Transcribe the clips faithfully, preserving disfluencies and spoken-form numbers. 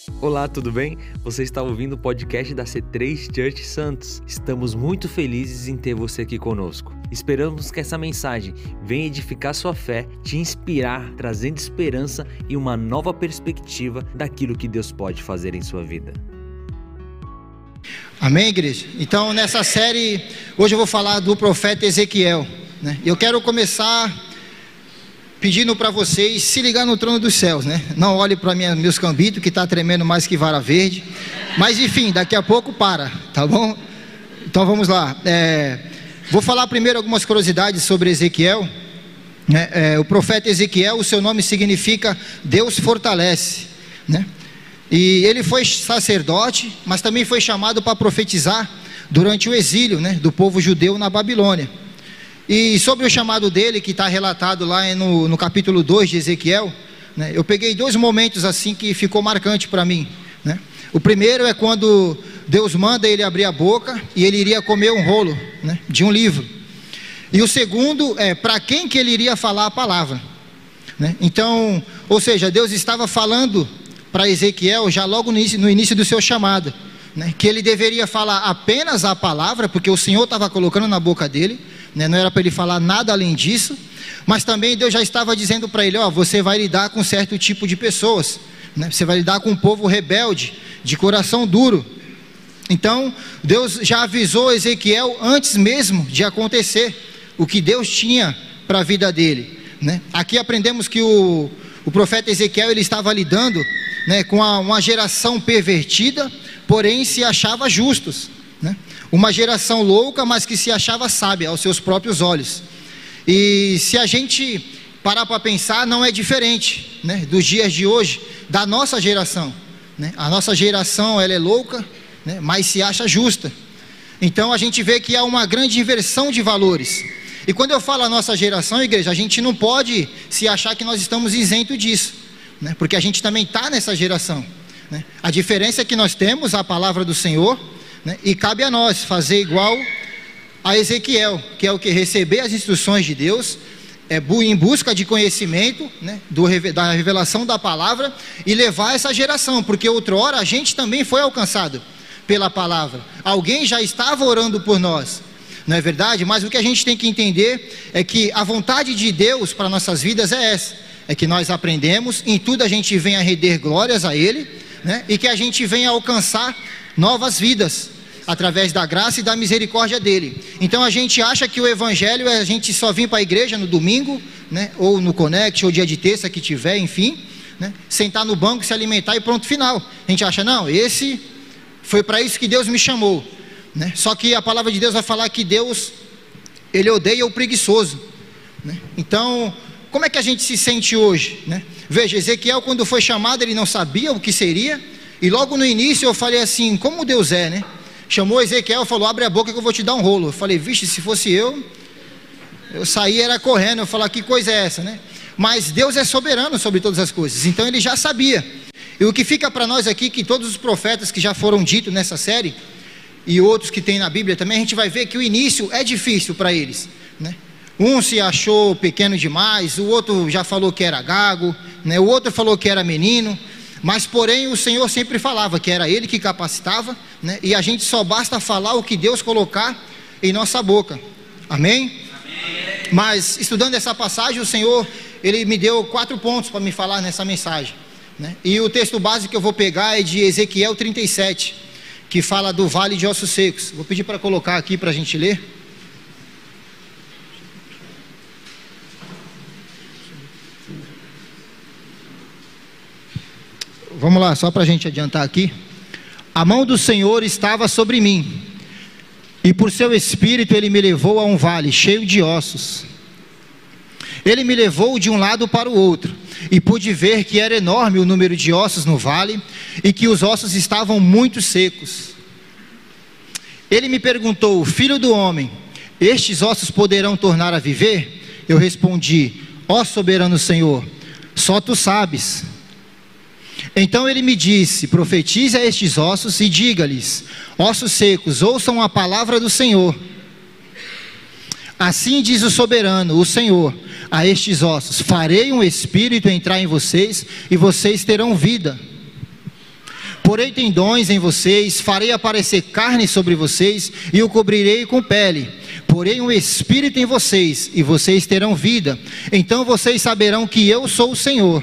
Olá, tudo bem? Você está ouvindo o podcast da C três Church Santos. Estamos muito felizes em ter você aqui conosco. Esperamos que essa mensagem venha edificar sua fé, te inspirar, trazendo esperança e uma nova perspectiva daquilo que Deus pode fazer em sua vida. Amém, igreja? Então, nessa série, hoje eu vou falar do profeta Ezequiel, né? Eu quero começar pedindo para vocês se ligar no trono dos céus, né? Não olhe para meus cambitos que está tremendo mais que vara verde. Mas enfim, daqui a pouco para, tá bom? Então vamos lá. É, vou falar primeiro algumas curiosidades sobre Ezequiel. Né? É, o profeta Ezequiel, o seu nome significa Deus fortalece, né? E ele foi sacerdote, mas também foi chamado para profetizar durante o exílio, né, do povo judeu na Babilônia. E sobre o chamado dele, que está relatado lá no, no capítulo dois de Ezequiel, né, eu peguei dois momentos assim que ficou marcante para mim, né? O primeiro é quando Deus manda ele abrir a boca e ele iria comer um rolo, né, de um livro. E o segundo é para quem que ele iria falar a palavra, né? Então, ou seja, Deus estava falando para Ezequiel já logo no início, no início do seu chamado, né, que ele deveria falar apenas a palavra, porque o Senhor estava colocando na boca dele, né, não era para ele falar nada além disso, mas também Deus já estava dizendo para ele, ó, você vai lidar com certo tipo de pessoas, né, você vai lidar com um povo rebelde, de coração duro. Então Deus já avisou Ezequiel antes mesmo de acontecer o que Deus tinha para a vida dele, né? Aqui aprendemos que o, o profeta Ezequiel ele estava lidando, né, com a, uma geração pervertida, porém se achava justos, né? Uma geração louca, mas que se achava sábia aos seus próprios olhos. E se a gente parar para pensar, não é diferente, né, dos dias de hoje, da nossa geração, né? A nossa geração ela é louca, né, mas se acha justa. Então a gente vê que há uma grande inversão de valores. E quando eu falo a nossa geração, igreja, a gente não pode se achar que nós estamos isentos disso, né? Porque a gente também está nessa geração, né? A diferença é que nós temos a palavra do Senhor, né? E cabe a nós fazer igual a Ezequiel, que é o que? Receber as instruções de Deus, é, em busca de conhecimento, né, do, da revelação da palavra, e levar essa geração, porque outrora a gente também foi alcançado pela palavra, alguém já estava orando por nós, não é verdade? Mas o que a gente tem que entender é que a vontade de Deus para nossas vidas é essa, é que nós aprendemos, em tudo a gente venha render glórias a Ele, né, e que a gente venha alcançar novas vidas, através da graça e da misericórdia dele. Então a gente acha que o evangelho é a gente só vir para a igreja no domingo, né, ou no Connect, ou dia de terça que tiver, enfim, né, sentar no banco, se alimentar e pronto, final. A gente acha, não, esse foi para isso que Deus me chamou, né? Só que a palavra de Deus vai falar que Deus, Ele odeia o preguiçoso, né? Então, como é que a gente se sente hoje, né? Veja, Ezequiel quando foi chamado, ele não sabia o que seria, e logo no início eu falei assim, como Deus é, né? Chamou Ezequiel e falou, abre a boca que eu vou te dar um rolo. Eu falei, vixe, se fosse eu, eu saía era correndo, eu falava, que coisa é essa, né? Mas Deus é soberano sobre todas as coisas, então ele já sabia. E o que fica para nós aqui, que todos os profetas que já foram ditos nessa série, e outros que tem na Bíblia também, a gente vai ver que o início é difícil para eles, né? Um se achou pequeno demais, o outro já falou que era gago, né? O outro falou que era menino, mas porém o Senhor sempre falava que era Ele que capacitava, né? E a gente só basta falar o que Deus colocar em nossa boca, amém? Amém. Mas estudando essa passagem, o Senhor, Ele me deu quatro pontos para me falar nessa mensagem, né? E o texto básico que eu vou pegar é de Ezequiel trinta e sete, que fala do vale de ossos secos. Vou pedir para colocar aqui para a gente ler. Vamos lá, só para a gente adiantar aqui. A mão do Senhor estava sobre mim, e por seu espírito ele me levou a um vale cheio de ossos. Ele me levou de um lado para o outro, e pude ver que era enorme o número de ossos no vale, e que os ossos estavam muito secos. Ele me perguntou, filho do homem, estes ossos poderão tornar a viver? Eu respondi, ó soberano Senhor, só tu sabes. Então ele me disse, profetize a estes ossos e diga-lhes, ossos secos, ouçam a palavra do Senhor. Assim diz o soberano, o Senhor, a estes ossos, farei um espírito entrar em vocês, e vocês terão vida. Porei tendões em vocês, farei aparecer carne sobre vocês e o cobrirei com pele. Porei um espírito em vocês e vocês terão vida. Então vocês saberão que eu sou o Senhor.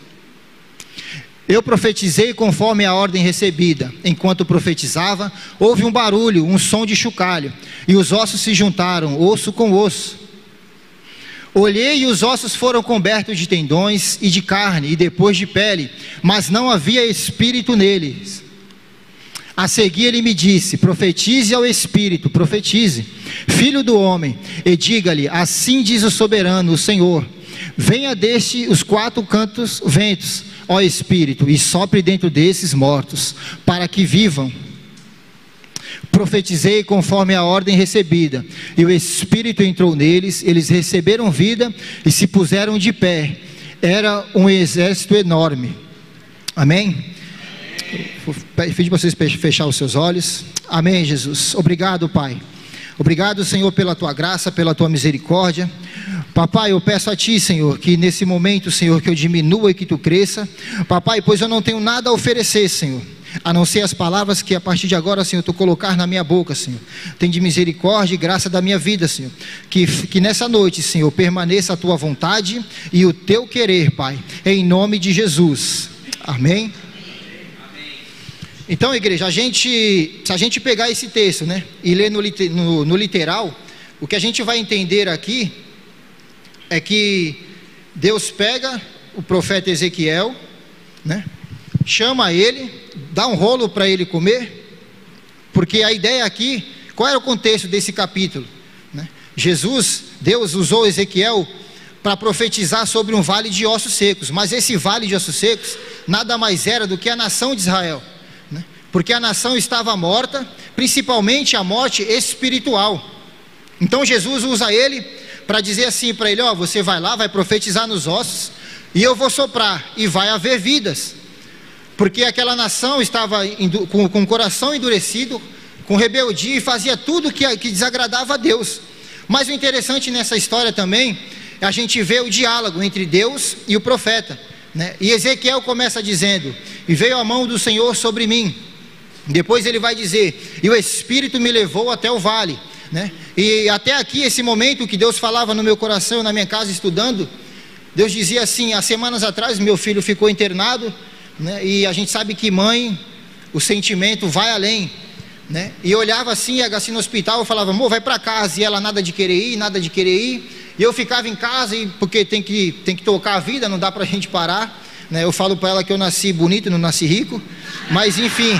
Eu profetizei conforme a ordem recebida. Enquanto profetizava, houve um barulho, um som de chocalho, e os ossos se juntaram, osso com osso. Olhei e os ossos foram cobertos de tendões e de carne e depois de pele, mas não havia espírito neles. A seguir ele me disse: profetize ao espírito, profetize, filho do homem, e diga-lhe: assim diz o soberano, o Senhor, venha deste os quatro cantos ventos, ó espírito, e sopre dentro desses mortos, para que vivam. Profetizei conforme a ordem recebida, e o Espírito entrou neles, eles receberam vida e se puseram de pé. Era um exército enorme. Amém? Vou pedir para vocês fechar os seus olhos. Amém, Jesus. Obrigado, Pai. Obrigado, Senhor, pela Tua graça, pela Tua misericórdia. Papai, eu peço a Ti, Senhor, que nesse momento, Senhor, que eu diminua e que Tu cresça. Papai, pois eu não tenho nada a oferecer, Senhor, a não ser as palavras que a partir de agora, Senhor, Tu colocar na minha boca, Senhor. Tem de misericórdia e graça da minha vida, Senhor. Que, que nessa noite, Senhor, permaneça a Tua vontade e o Teu querer, Pai. Em nome de Jesus. Amém? Então, igreja, a gente, se a gente pegar esse texto, né, e ler no, no, no literal, o que a gente vai entender aqui é que Deus pega o profeta Ezequiel, né, chama ele, dá um rolo para ele comer, porque a ideia aqui, qual era o contexto desse capítulo, né? Jesus, Deus usou Ezequiel para profetizar sobre um vale de ossos secos, mas esse vale de ossos secos nada mais era do que a nação de Israel, né? Porque a nação estava morta, principalmente a morte espiritual. Então Jesus usa ele para dizer assim para ele: ó, você vai lá, vai profetizar nos ossos, e eu vou soprar, e vai haver vidas. Porque aquela nação estava com, com o coração endurecido, com rebeldia, e fazia tudo que, que desagradava a Deus. Mas o interessante nessa história também é a gente ver o diálogo entre Deus e o profeta, né? E Ezequiel começa dizendo: e veio a mão do Senhor sobre mim. Depois ele vai dizer: e o Espírito me levou até o vale, né? E até aqui, esse momento que Deus falava no meu coração, na minha casa estudando, Deus dizia assim: há semanas atrás meu filho ficou internado, né? E a gente sabe que mãe, o sentimento vai além, né? E eu olhava assim, assim no hospital, eu falava: amor, vai para casa. E ela nada de querer ir, nada de querer ir. E eu ficava em casa, e, porque tem que, tem que tocar a vida, não dá para a gente parar, né? Eu falo para ela que eu nasci bonito, não nasci rico, mas enfim.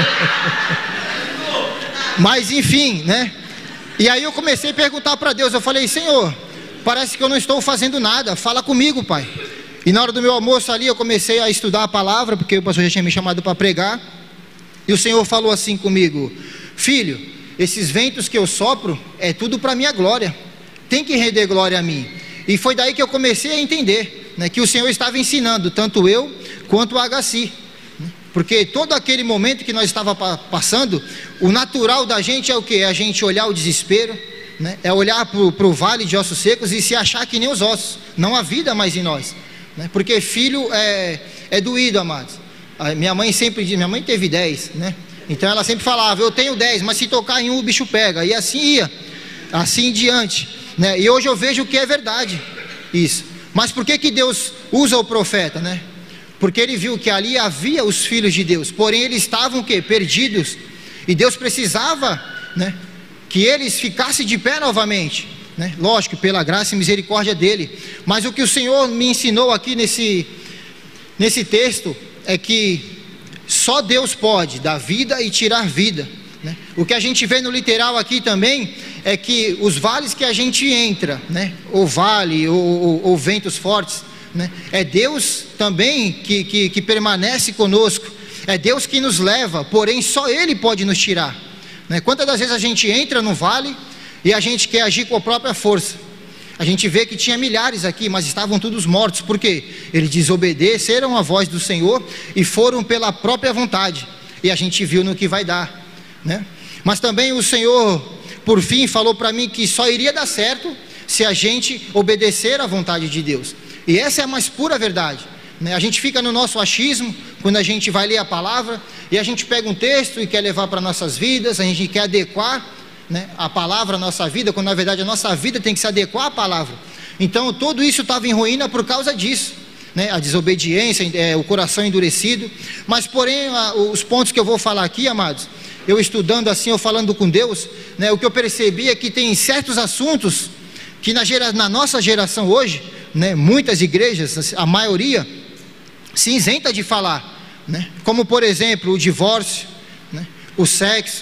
Mas enfim, né? E aí eu comecei a perguntar para Deus, eu falei: Senhor, parece que eu não estou fazendo nada, fala comigo, Pai. E na hora do meu almoço ali, eu comecei a estudar a palavra, porque o pastor já tinha me chamado para pregar, e o Senhor falou assim comigo: filho, esses ventos que eu sopro, é tudo para a minha glória, tem que render glória a mim. E foi daí que eu comecei a entender, né, que o Senhor estava ensinando, tanto eu, quanto o Agaci, né, porque todo aquele momento que nós estávamos passando, o natural da gente é o que? É a gente olhar o desespero, né, é olhar para o vale de ossos secos e se achar que nem os ossos, não há vida mais em nós, né, porque filho é, é doído, amados. A minha mãe sempre diz, minha mãe teve dez, né, então ela sempre falava: eu tenho dez, mas se tocar em um o bicho pega, e assim ia, assim em diante, né, e hoje eu vejo que é verdade isso. Mas por que que Deus usa o profeta, né? Porque ele viu que ali havia os filhos de Deus, porém eles estavam o quê? Perdidos, e Deus precisava, né, que eles ficassem de pé novamente, né? Lógico, pela graça e misericórdia dele. Mas o que o Senhor me ensinou aqui nesse, nesse texto é que só Deus pode dar vida e tirar vida, né? O que a gente vê no literal aqui também é que os vales que a gente entra, né, ou vale, ou, ou, ou ventos fortes, né, é Deus também que, que, que permanece conosco, é Deus que nos leva, porém só Ele pode nos tirar, né? Quantas das vezes a gente entra no vale e a gente quer agir com a própria força? A gente vê que tinha milhares aqui, mas estavam todos mortos, porque eles desobedeceram a voz do Senhor e foram pela própria vontade, e a gente viu no que vai dar, né? Mas também o Senhor, por fim, falou para mim que só iria dar certo se a gente obedecer à vontade de Deus, e essa é a mais pura verdade, né? A gente fica no nosso achismo quando a gente vai ler a palavra, e a gente pega um texto e quer levar para nossas vidas, a gente quer adequar, né, a palavra à nossa vida, quando na verdade a nossa vida tem que se adequar à palavra. Então tudo isso estava em ruína por causa disso, né? A desobediência, é, o coração endurecido. Mas porém, a, os pontos que eu vou falar aqui, amados, eu estudando assim, eu falando com Deus, né, o que eu percebi é que tem certos assuntos que na, gera, na nossa geração hoje, né, muitas igrejas, a maioria, se isenta de falar, né? Como por exemplo o divórcio, né, o sexo,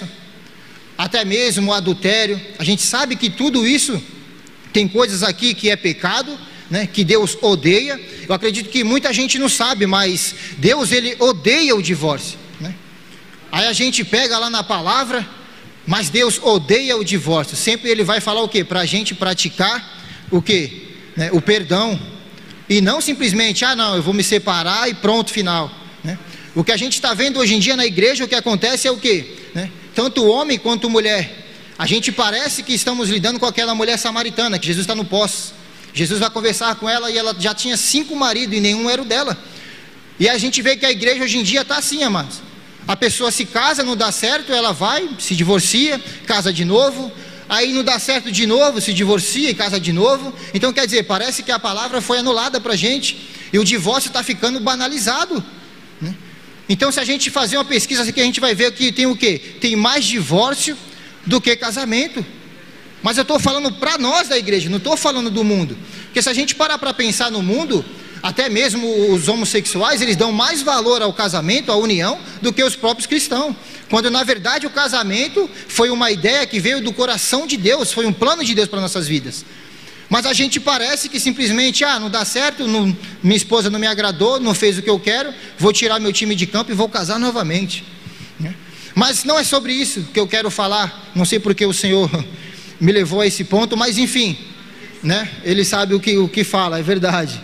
até mesmo o adultério. A gente sabe que tudo isso tem coisas aqui que é pecado, né, que Deus odeia. Eu acredito que muita gente não sabe, mas Deus, ele odeia o divórcio, né? Aí a gente pega lá na palavra, mas Deus odeia o divórcio. Sempre ele vai falar o quê? Para a gente praticar o quê? Né, o perdão, e não simplesmente, ah não, eu vou me separar e pronto, final, né? O que a gente está vendo hoje em dia na igreja, o que acontece é o quê? Né? Tanto homem quanto mulher, a gente parece que estamos lidando com aquela mulher samaritana, que Jesus está no poço. Jesus vai conversar com ela e ela já tinha cinco maridos e nenhum era o dela. E a gente vê que a igreja hoje em dia está assim, amados. A pessoa se casa, não dá certo, ela vai, se divorcia, casa de novo. Aí não dá certo de novo, se divorcia e casa de novo. Então quer dizer, parece que a palavra foi anulada para a gente, e o divórcio está ficando banalizado, né? Então se a gente fazer uma pesquisa aqui, a gente vai ver que tem o quê? Tem mais divórcio do que casamento. Mas eu estou falando para nós da igreja, não estou falando do mundo. Porque se a gente parar para pensar no mundo, até mesmo os homossexuais, eles dão mais valor ao casamento, à união, do que os próprios cristãos. Quando na verdade o casamento foi uma ideia que veio do coração de Deus, foi um plano de Deus para nossas vidas. Mas a gente parece que simplesmente, ah, não dá certo, não, minha esposa não me agradou, não fez o que eu quero, vou tirar meu time de campo e vou casar novamente, né? Mas não é sobre isso que eu quero falar. Não sei porque o Senhor me levou a esse ponto, mas enfim, né? Ele sabe o que, o que fala, é verdade.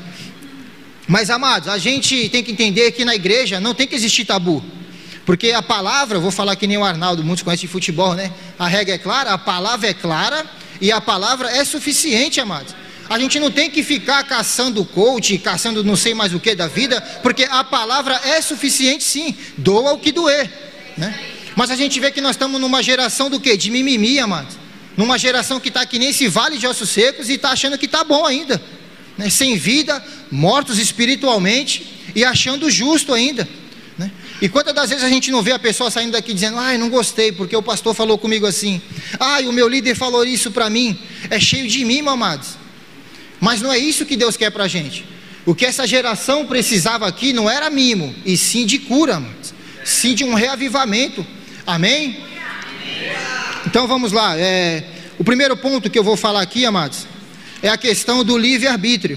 Mas amados, a gente tem que entender que na igreja não tem que existir tabu, porque a palavra, vou falar que nem o Arnaldo, muitos conhecem de futebol, né? A regra é clara, a palavra é clara, e a palavra é suficiente, amados. A gente não tem que ficar caçando coach, caçando não sei mais o que da vida, porque a palavra é suficiente sim, doa o que doer, né? Mas a gente vê que nós estamos numa geração do quê? De mimimi, amados. Numa geração que está que nem esse vale de ossos secos e está achando que está bom ainda, né? Sem vida, mortos espiritualmente e achando justo ainda, né? E quantas das vezes a gente não vê a pessoa saindo daqui dizendo, ai, não gostei porque o pastor falou comigo assim, ai, o meu líder falou isso para mim, é cheio de mimo, amados. Mas não é isso que Deus quer para a gente. O que essa geração precisava aqui não era mimo, e sim de cura, amados. Sim de um reavivamento, amém? Então vamos lá, é, o primeiro ponto que eu vou falar aqui, amados, é a questão do livre-arbítrio.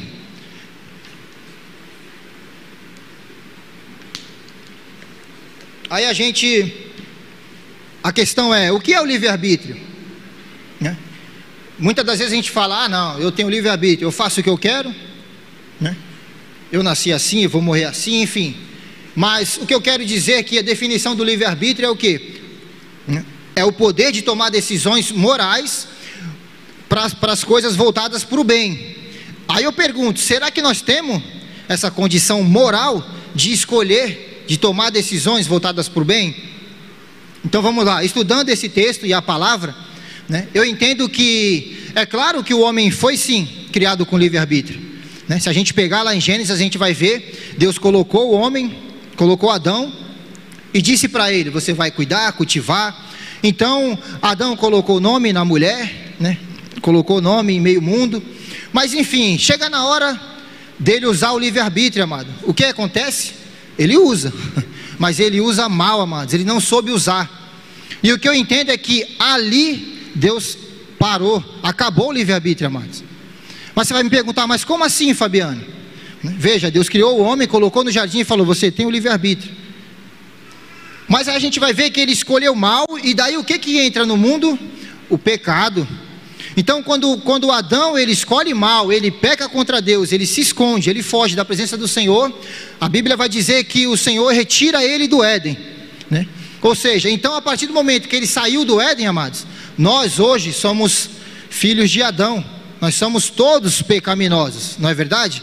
Aí a gente, a questão é, o que é o livre-arbítrio? Né? Muitas das vezes a gente fala, ah não, eu tenho livre-arbítrio, eu faço o que eu quero, né? Eu nasci assim, eu vou morrer assim, enfim. Mas o que eu quero dizer é que a definição do livre-arbítrio é o quê? É o poder de tomar decisões morais para as coisas voltadas para o bem. Aí eu pergunto, será que nós temos essa condição moral de escolher, de tomar decisões voltadas para o bem? Então vamos lá, estudando esse texto e a palavra, né, eu entendo que, é claro que o homem foi sim criado com livre-arbítrio, né? Se a gente pegar lá em Gênesis, a gente vai ver, Deus colocou o homem, colocou Adão, e disse para ele, você vai cuidar, cultivar. Então Adão colocou o nome na mulher, né? Colocou o nome em meio mundo, mas enfim, chega na hora dele usar o livre-arbítrio, amado. O que acontece? Ele usa, mas ele usa mal, amados, ele não soube usar. E o que eu entendo é que ali Deus parou, acabou o livre-arbítrio, amados. Mas você vai me perguntar, mas como assim, Fabiano? Veja, Deus criou o homem, colocou no jardim e falou, você tem o livre-arbítrio. Mas aí a gente vai ver que ele escolheu mal, e daí o que que entra no mundo? O pecado. Então quando, quando Adão ele escolhe mal, ele peca contra Deus, ele se esconde, ele foge da presença do Senhor, a Bíblia vai dizer que o Senhor retira ele do Éden, né? Ou seja, então a partir do momento que ele saiu do Éden, amados, nós hoje somos filhos de Adão, nós somos todos pecaminosos, não é verdade?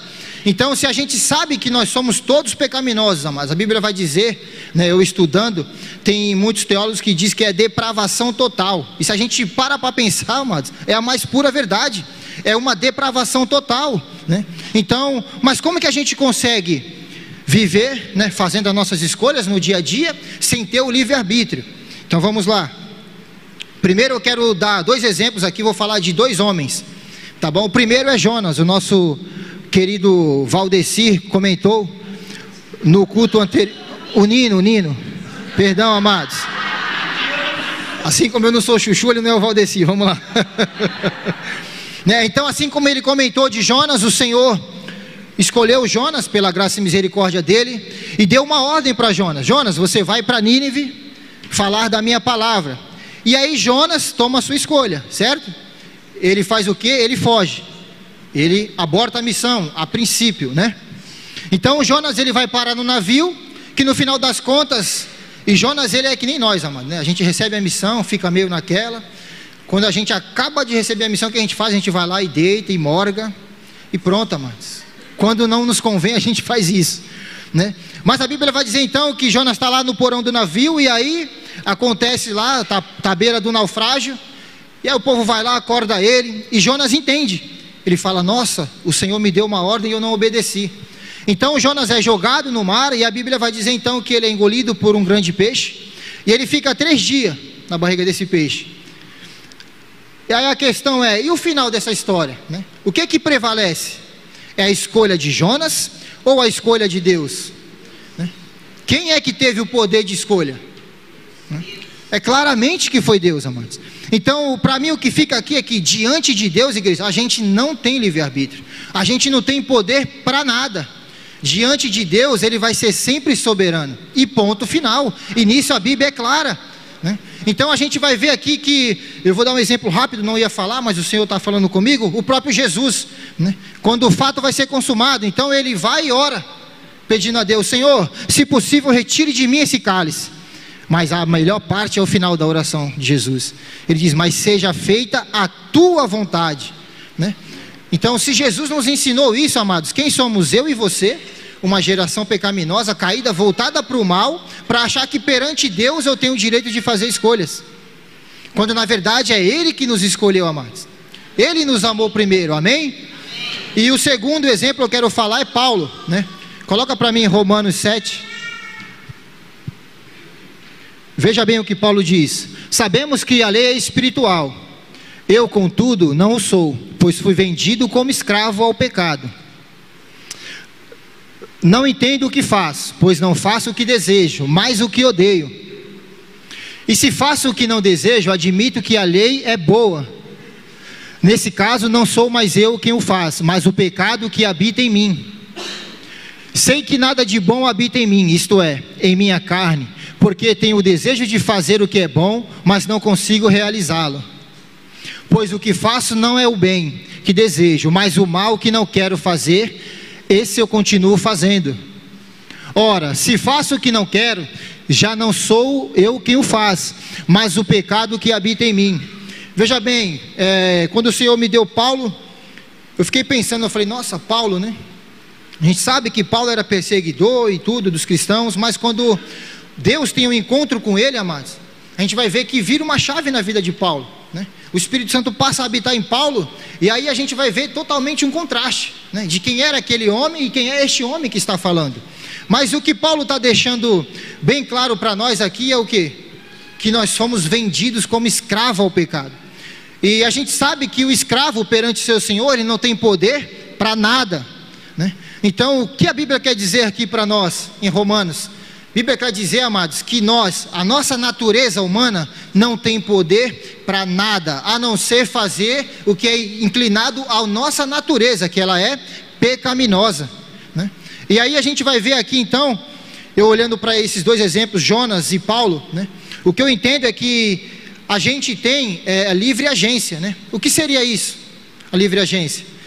Então, se a gente sabe que nós somos todos pecaminosos, amados, a Bíblia vai dizer, né, eu estudando, tem muitos teólogos que dizem que é depravação total. E se a gente para para pensar, amados, é a mais pura verdade. É uma depravação total, né? Então, mas como que a gente consegue viver, né, fazendo as nossas escolhas no dia a dia, sem ter o livre-arbítrio? Então vamos lá. Primeiro eu quero dar dois exemplos aqui, vou falar de dois homens, tá bom? O primeiro é Jonas, o nosso querido Valdecir comentou no culto anterior. O Nino, o Nino, perdão, amados. Assim como eu não sou chuchu, ele não é o Valdecir, vamos lá. Né? Então, assim como ele comentou de Jonas, o Senhor escolheu Jonas pela graça e misericórdia dele e deu uma ordem para Jonas: Jonas, você vai para Nínive falar da minha palavra. E aí Jonas toma a sua escolha, certo? Ele faz o que? Ele foge, ele aborta a missão, a princípio, né? Então Jonas, ele vai parar no navio, que no final das contas, e Jonas, ele é que nem nós, amado, né? A gente recebe a missão, fica meio naquela. Quando a gente acaba de receber a missão, o que a gente faz? A gente vai lá e deita e morga e pronto, amados. Quando não nos convém, a gente faz isso, né? Mas a Bíblia vai dizer então que Jonas está lá no porão do navio, e aí acontece lá, está tá à beira do naufrágio, e aí o povo vai lá, acorda ele, e Jonas entende. Ele fala: nossa, o Senhor me deu uma ordem e eu não obedeci. Então Jonas é jogado no mar, e a Bíblia vai dizer então que ele é engolido por um grande peixe, e ele fica três dias na barriga desse peixe. E aí a questão é, e o final dessa história, né? O que que prevalece? É a escolha de Jonas ou a escolha de Deus, né? Quem é que teve o poder de escolha? É claramente que foi Deus, amados. Então, para mim o que fica aqui é que diante de Deus, igreja, a gente não tem livre-arbítrio. A gente não tem poder para nada. Diante de Deus, Ele vai ser sempre soberano. E ponto final. E nisso a Bíblia é clara, né? Então a gente vai ver aqui que, eu vou dar um exemplo rápido, não ia falar, mas o Senhor está falando comigo, o próprio Jesus, né? Quando o fato vai ser consumado, então ele vai e ora, pedindo a Deus: Senhor, se possível retire de mim esse cálice. Mas a melhor parte é o final da oração de Jesus. Ele diz: mas seja feita a tua vontade, né? Então, se Jesus nos ensinou isso, amados, quem somos eu e você? Uma geração pecaminosa, caída, voltada para o mal, para achar que perante Deus eu tenho o direito de fazer escolhas, quando na verdade é Ele que nos escolheu, amados. Ele nos amou primeiro, amém? Amém. E o segundo exemplo eu quero falar é Paulo, né? Coloca para mim Romanos sete. Veja bem o que Paulo diz: sabemos que a lei é espiritual, eu contudo não o sou, pois fui vendido como escravo ao pecado. Não entendo o que faço, pois não faço o que desejo, mas o que odeio. E se faço o que não desejo, admito que a lei é boa. Nesse caso, não sou mais eu quem o faz, mas o pecado que habita em mim. Sei que nada de bom habita em mim, isto é, em minha carne, porque tenho o desejo de fazer o que é bom, mas não consigo realizá-lo. Pois o que faço não é o bem que desejo, mas o mal que não quero fazer, esse eu continuo fazendo. Ora, se faço o que não quero, já não sou eu quem o faz, mas o pecado que habita em mim. Veja bem, é, quando o Senhor me deu Paulo, eu fiquei pensando, eu falei: nossa, Paulo, né? A gente sabe que Paulo era perseguidor e tudo dos cristãos, mas quando Deus tem um encontro com ele, amados, a gente vai ver que vira uma chave na vida de Paulo, né? O Espírito Santo passa a habitar em Paulo, e aí a gente vai ver totalmente um contraste, né, de quem era aquele homem e quem é este homem que está falando. Mas o que Paulo está deixando bem claro para nós aqui é o quê? Que nós somos vendidos como escravo ao pecado. E a gente sabe que o escravo perante seu senhor, ele não tem poder para nada, né? Então o que a Bíblia quer dizer aqui para nós em Romanos? A Bíblia quer dizer, amados, que nós, a nossa natureza humana não tem poder para nada, a não ser fazer o que é inclinado à nossa natureza, que ela é pecaminosa, né? E aí a gente vai ver aqui então, eu olhando para esses dois exemplos, Jonas e Paulo, né? O que eu entendo é que a gente tem é, livre agência, né? O que seria isso? A livre agência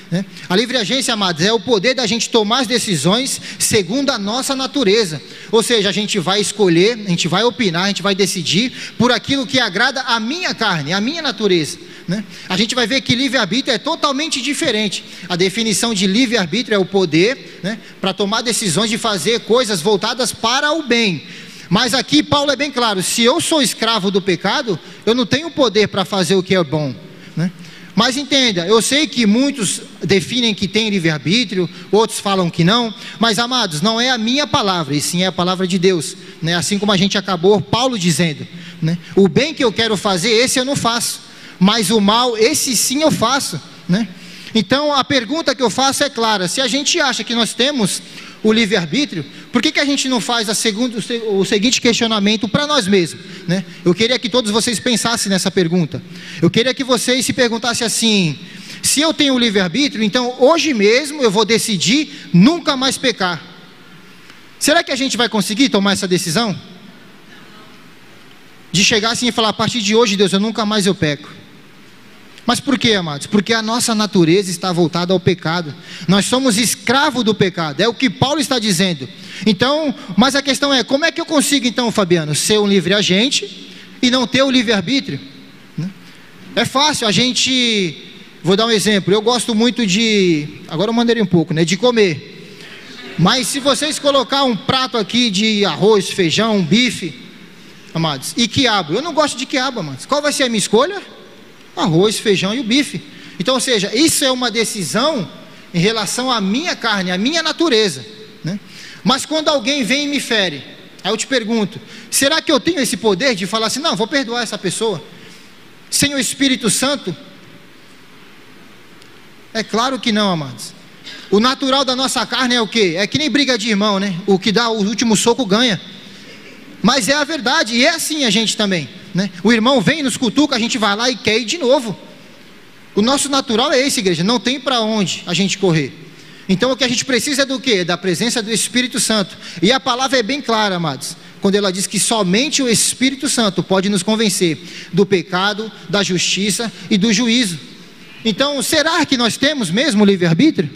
né? A livre agência, amados, é o poder da gente tomar as decisões segundo a nossa natureza. Ou seja, a gente vai escolher, a gente vai opinar, a gente vai decidir por aquilo que agrada a minha carne, a minha natureza, né? A gente vai ver que livre-arbítrio é totalmente diferente. A definição de livre-arbítrio é o poder, né, para tomar decisões de fazer coisas voltadas para o bem. Mas aqui Paulo é bem claro: se eu sou escravo do pecado, eu não tenho poder para fazer o que é bom, né? Mas entenda, eu sei que muitos definem que tem livre-arbítrio, outros falam que não, mas amados, não é a minha palavra, e sim é a palavra de Deus, né? Assim como a gente acabou, Paulo dizendo, né, o bem que eu quero fazer, esse eu não faço, mas o mal, esse sim eu faço, né? Então a pergunta que eu faço é clara: se a gente acha que nós temos o livre-arbítrio, por que que a gente não faz a segundo, o seguinte questionamento para nós mesmos, né? Eu queria que todos vocês pensassem nessa pergunta. Eu queria que vocês se perguntassem assim: se eu tenho o livre-arbítrio, então hoje mesmo eu vou decidir nunca mais pecar. Será que a gente vai conseguir tomar essa decisão? De chegar assim e falar: a partir de hoje, Deus, eu nunca mais eu peco. Mas por quê, amados? Porque a nossa natureza está voltada ao pecado. Nós somos escravos do pecado, é o que Paulo está dizendo. Então, mas a questão é: como é que eu consigo então, Fabiano, ser um livre agente e não ter o livre-arbítrio? É fácil, a gente... Vou dar um exemplo: eu gosto muito de... Agora eu mandarei um pouco, né? De comer. Mas se vocês colocar um prato aqui de arroz, feijão, bife, amados, e quiabo, eu não gosto de quiabo, amados. Qual vai ser a minha escolha? Arroz, feijão e o bife. Então, ou seja, isso é uma decisão em relação à minha carne, à minha natureza, né? Mas quando alguém vem e me fere, aí eu te pergunto: será que eu tenho esse poder de falar assim, não, vou perdoar essa pessoa, sem o Espírito Santo? É claro que não, amados. O natural da nossa carne é o quê? É que nem briga de irmão, né? O que dá o último soco ganha. Mas é a verdade, e é assim a gente também, né? O irmão vem, nos cutuca, a gente vai lá e quer ir de novo. O nosso natural é esse, igreja, não tem para onde a gente correr. Então o que a gente precisa é do quê? Da presença do Espírito Santo. E a palavra é bem clara, amados, quando ela diz que somente o Espírito Santo pode nos convencer do pecado, da justiça e do juízo. Então, será que nós temos mesmo livre-arbítrio?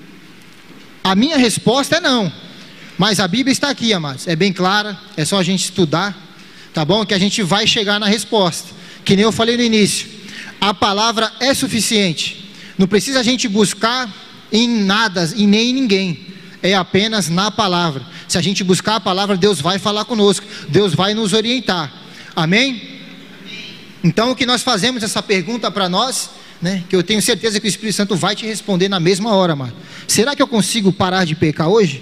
A minha resposta é não. Mas a Bíblia está aqui, amados, é bem clara, é só a gente estudar, tá bom? Que a gente vai chegar na resposta. Que nem eu falei no início, a palavra é suficiente. Não precisa a gente buscar em nada e nem em ninguém, é apenas na palavra. Se a gente buscar a palavra, Deus vai falar conosco, Deus vai nos orientar. Amém? Então o que nós fazemos essa pergunta para nós, né, que eu tenho certeza que o Espírito Santo vai te responder na mesma hora, amado. Será que eu consigo parar de pecar hoje?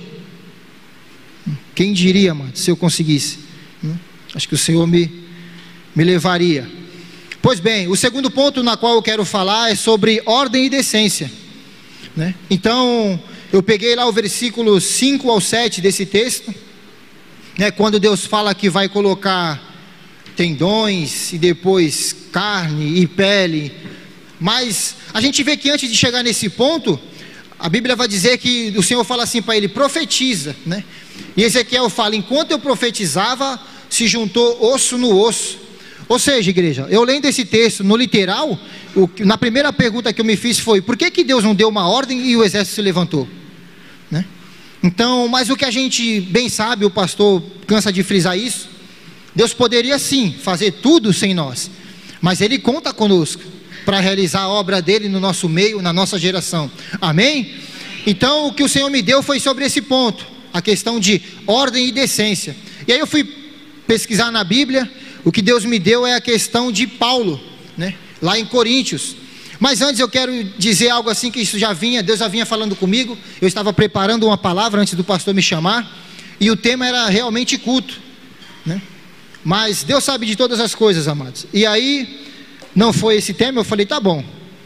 Quem diria, amado, se eu conseguisse? Acho que o Senhor me, me levaria. Pois bem, o segundo ponto na qual eu quero falar é sobre ordem e decência, né? Então, eu peguei lá o versículo cinco ao sete desse texto, né, quando Deus fala que vai colocar tendões e depois carne e pele. Mas a gente vê que antes de chegar nesse ponto, a Bíblia vai dizer que o Senhor fala assim para ele: profetiza, né? E Ezequiel fala: enquanto eu profetizava, se juntou osso no osso. Ou seja, igreja, eu lendo esse texto no literal, o, na primeira pergunta que eu me fiz foi: por que que Deus não deu uma ordem e o exército se levantou, né? Então, mas o que a gente bem sabe, o pastor cansa de frisar isso, Deus poderia sim fazer tudo sem nós, mas Ele conta conosco para realizar a obra dele no nosso meio, na nossa geração. Amém? Então o que o Senhor me deu foi sobre esse ponto, a questão de ordem e decência. E aí eu fui pesquisar na Bíblia. O que Deus me deu é a questão de Paulo, né, lá em Coríntios. Mas antes eu quero dizer algo assim, que isso já vinha, Deus já vinha falando comigo. Eu estava preparando uma palavra antes do pastor me chamar, e o tema era realmente culto, né? Mas Deus sabe de todas as coisas, amados. E aí não foi esse tema, eu falei: tá bom.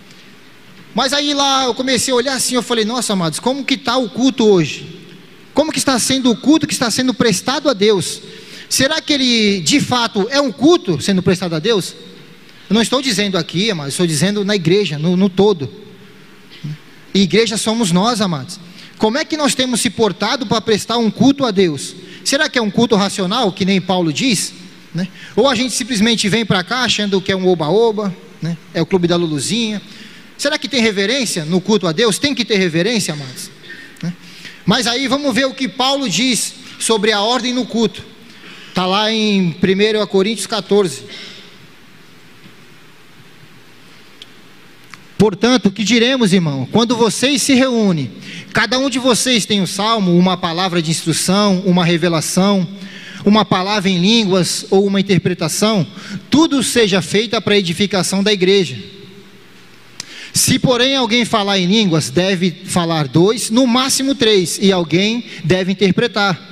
Mas aí lá eu comecei a olhar assim, eu falei: nossa, amados, como que está o culto hoje? Como que está sendo o culto que está sendo prestado a Deus? Será que ele de fato é um culto sendo prestado a Deus? Eu não estou dizendo aqui, amados, estou dizendo na igreja, no, no todo. E igreja somos nós, amados. Como é que nós temos se portado para prestar um culto a Deus? Será que é um culto racional, que nem Paulo diz, né? Ou a gente simplesmente vem para cá achando que é um oba-oba, né? É o clube da Luluzinha. Será que tem reverência no culto a Deus? Tem que ter reverência, amados. Mas aí vamos ver o que Paulo diz sobre a ordem no culto. Está lá em primeira Coríntios quatorze. Portanto, o que diremos, irmão? Quando vocês se reúnem, cada um de vocês tem um salmo, uma palavra de instrução, uma revelação, uma palavra em línguas ou uma interpretação, tudo seja feito para a edificação da igreja. Se porém alguém falar em línguas, deve falar dois, no máximo três, e alguém deve interpretar.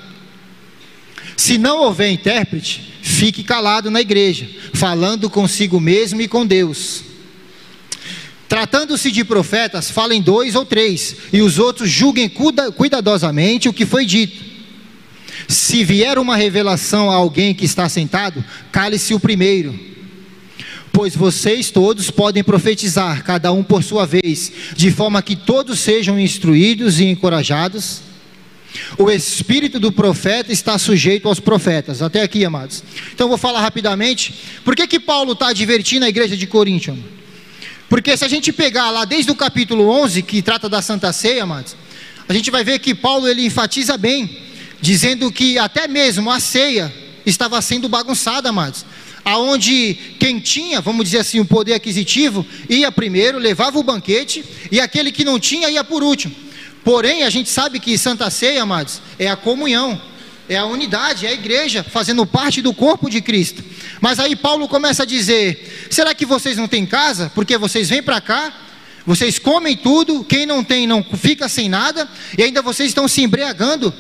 Se não houver intérprete, fique calado na igreja, falando consigo mesmo e com Deus. Tratando-se de profetas, falem dois ou três, e os outros julguem cuidadosamente o que foi dito. Se vier uma revelação a alguém que está sentado, cale-se o primeiro. Pois vocês todos podem profetizar, cada um por sua vez, de forma que todos sejam instruídos e encorajados. O espírito do profeta está sujeito aos profetas. Até aqui, amados. Então eu vou falar rapidamente. Por que que Paulo está advertindo a igreja de Corinto? Porque se a gente pegar lá desde o capítulo onze, que trata da Santa Ceia, amados, a gente vai ver que Paulo ele enfatiza bem, dizendo que até mesmo a ceia estava sendo bagunçada, amados. Aonde quem tinha, vamos dizer assim, o poder aquisitivo, ia primeiro, levava o banquete, e aquele que não tinha ia por último. Porém, a gente sabe que Santa Ceia, amados, é a comunhão, é a unidade, é a igreja fazendo parte do corpo de Cristo. Mas aí Paulo começa a dizer: será que vocês não têm casa? Porque vocês vêm para cá, vocês comem tudo, quem não tem não fica sem nada, e ainda vocês estão se embriagando.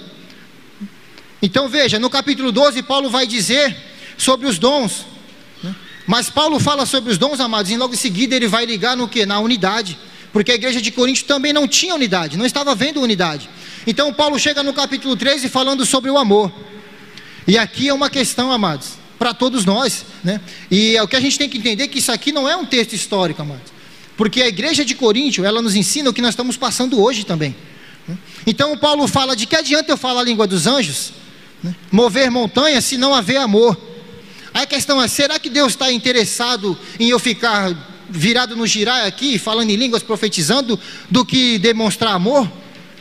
Então veja, no capítulo doze Paulo vai dizer sobre os dons, né? Mas Paulo fala sobre os dons, amados, e logo em seguida ele vai ligar no que? Na unidade, porque a igreja de Corinto também não tinha unidade, não estava vendo unidade. Então Paulo chega no capítulo treze falando sobre o amor, e aqui é uma questão, amados, para todos nós, né? E é o que a gente tem que entender, que isso aqui não é um texto histórico, amados, porque a igreja de Corinto, ela nos ensina o que nós estamos passando hoje também, né? Então Paulo fala: de que adianta eu falar a língua dos anjos, né? Mover montanhas se não haver amor? Aí a questão é: será que Deus está interessado em eu ficar virado no girai aqui, falando em línguas, profetizando, do que demonstrar amor?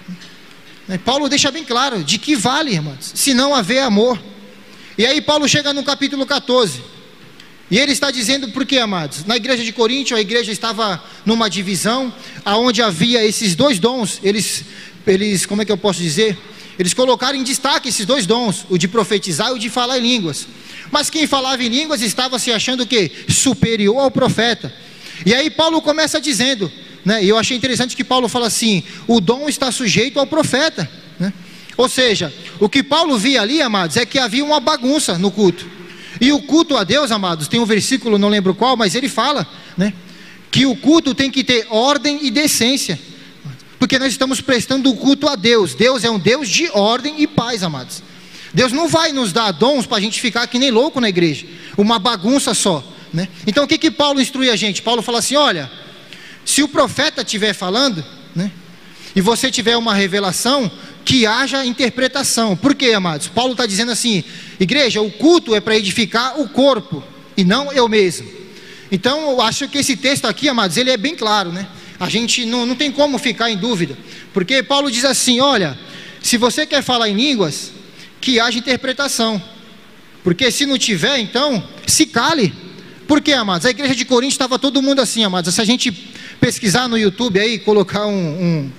Paulo deixa bem claro, de que vale, irmãos, se não haver amor? E aí Paulo chega no capítulo quatorze, e ele está dizendo, por quê, amados? Na igreja de Corinto, a igreja estava numa divisão, aonde havia esses dois dons, eles, eles, como é que eu posso dizer? Eles colocaram em destaque esses dois dons, o de profetizar e o de falar em línguas. Mas quem falava em línguas estava se achando o quê? Superior ao profeta. E aí Paulo começa dizendo, né, e eu achei interessante que Paulo fala assim: o dom está sujeito ao profeta, né? Ou seja, o que Paulo via ali, amados, é que havia uma bagunça no culto. E o culto a Deus, amados, tem um versículo, não lembro qual, mas ele fala, né, que o culto tem que ter ordem e decência, porque nós estamos prestando o culto a Deus. Deus é um Deus de ordem e paz, amados. Deus não vai nos dar dons para a gente ficar que nem louco na igreja, uma bagunça só, né? Então o que que Paulo instrui a gente? Paulo fala assim: olha, se o profeta estiver falando, né, e você tiver uma revelação, que haja interpretação. Por quê, amados? Paulo está dizendo assim: igreja, o culto é para edificar o corpo, e não eu mesmo. Então eu acho que esse texto aqui, amados, ele é bem claro, né? A gente não, não tem como ficar em dúvida, porque Paulo diz assim: olha, se você quer falar em línguas, que haja interpretação, porque se não tiver, então, se cale. Por quê, amados? A igreja de Corinto estava todo mundo assim, amados. Se a gente pesquisar no YouTube aí, colocar um, um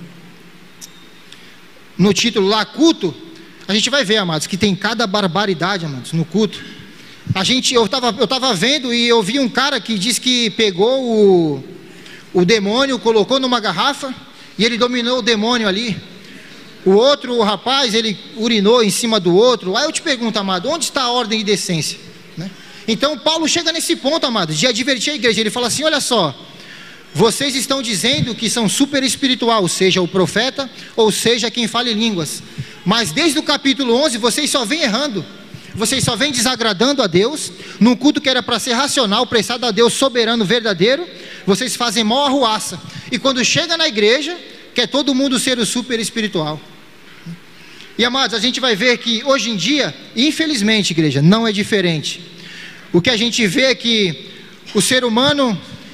no título lá, culto, a gente vai ver, amados, que tem cada barbaridade, amados, no culto. A gente, eu estava eu tava vendo e eu vi um cara que diz que pegou o, o demônio, colocou numa garrafa e ele dominou o demônio ali. O outro, o rapaz, ele urinou em cima do outro. Aí eu te pergunto, amado, onde está a ordem e decência, né? Então Paulo chega nesse ponto, amado, de advertir a igreja. Ele fala assim: olha só, vocês estão dizendo que são super espiritual, seja o profeta, ou seja quem fala em línguas, mas desde o capítulo onze, vocês só vêm errando, vocês só vêm desagradando a Deus, num culto que era para ser racional, prestado a Deus soberano, verdadeiro, vocês fazem mó arruaça, e quando chega na igreja, quer todo mundo ser o super espiritual. E amados, a gente vai ver que hoje em dia, infelizmente, igreja, não é diferente. O que a gente vê é que o ser humano,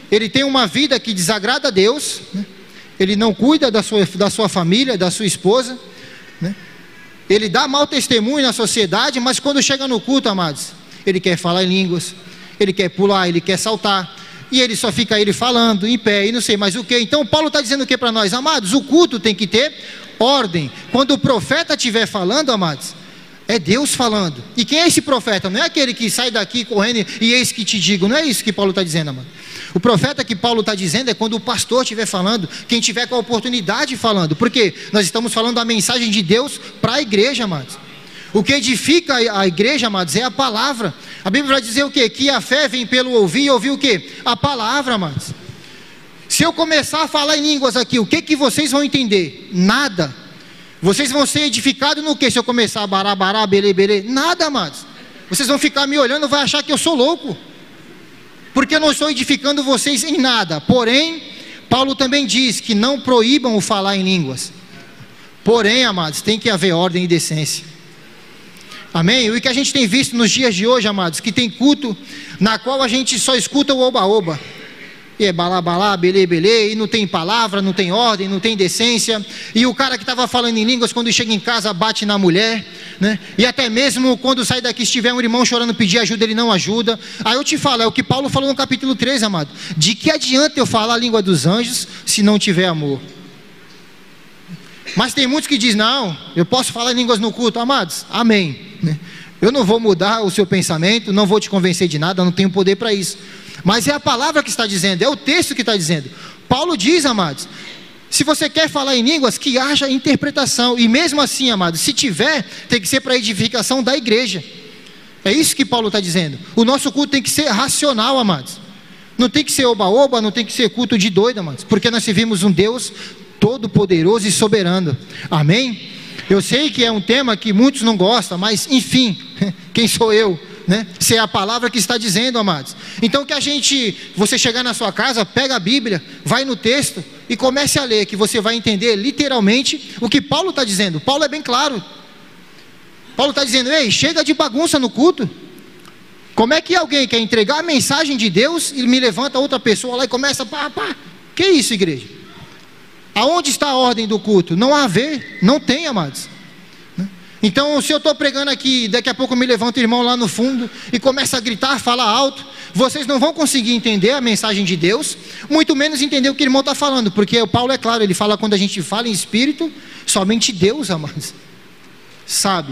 ele tem uma vida que desagrada a Deus, né? Ele não cuida da sua, da sua família, da sua esposa, né? Ele dá mau testemunho na sociedade, mas quando chega no culto, amados, ele quer falar em línguas, ele quer pular, ele quer saltar, e ele só fica ele falando em pé e não sei mais o que. Então Paulo está dizendo o que para nós, amados? O culto tem que ter ordem. Quando o profeta estiver falando, amados, é Deus falando. E quem é esse profeta? Não é aquele que sai daqui correndo e eis que te digo. Não é isso que Paulo está dizendo, amado. O profeta que Paulo está dizendo é quando o pastor estiver falando, quem tiver com a oportunidade falando. Porque nós estamos falando da mensagem de Deus para a igreja, amados. O que edifica a igreja, amados, é a palavra. A Bíblia vai dizer o quê? Que a fé vem pelo ouvir, e ouvir o quê? A palavra, amados. Se eu começar a falar em línguas aqui, o que que vocês vão entender? Nada. Vocês vão ser edificados no quê? Se eu começar a bará, bará, belê, belê? Nada, amados. Vocês vão ficar me olhando, vai achar que eu sou louco. Porque eu não estou edificando vocês em nada. Porém, Paulo também diz que não proíbam o falar em línguas. Porém, amados, tem que haver ordem e decência. Amém? O que a gente tem visto nos dias de hoje, amados, que tem culto na qual a gente só escuta o oba-oba. E é balá, balá, belê, belê, e não tem palavra, não tem ordem, não tem decência. E o cara que estava falando em línguas, quando chega em casa, bate na mulher, né? E até mesmo quando sai daqui, se tiver um irmão chorando pedir ajuda, ele não ajuda. Aí eu te falo, é o que Paulo falou no capítulo três, amado. De que adianta eu falar a língua dos anjos, se não tiver amor? Mas tem muitos que dizem, não, eu posso falar em línguas no culto, amados, amém. Eu não vou mudar o seu pensamento, não vou te convencer de nada, não tenho poder para isso. Mas é a palavra que está dizendo, é o texto que está dizendo. Paulo diz, amados, se você quer falar em línguas, que haja interpretação. E mesmo assim, amados, se tiver, tem que ser para a edificação da igreja. É isso que Paulo está dizendo. O nosso culto tem que ser racional, amados. Não tem que ser oba-oba, não tem que ser culto de doido, amados. Porque nós servimos um Deus todo-poderoso e soberano. Amém? Eu sei que é um tema que muitos não gostam, mas enfim, quem sou eu? Né? Se é a palavra que está dizendo, amados. Então que a gente, você chegar na sua casa, pega a Bíblia, vai no texto e comece a ler, que você vai entender literalmente o que Paulo está dizendo. Paulo é bem claro. Paulo está dizendo, ei, chega de bagunça no culto. Como é que alguém quer entregar a mensagem de Deus e me levanta outra pessoa lá e começa, pá, pá. Que isso, igreja? Aonde está a ordem do culto? Não há a ver, não tem, amados. Então, se eu estou pregando aqui, daqui a pouco me levanta o irmão lá no fundo e começa a gritar, falar alto, vocês não vão conseguir entender a mensagem de Deus, muito menos entender o que o irmão está falando, porque o Paulo é claro, ele fala quando a gente fala em espírito, somente Deus, amados, sabe.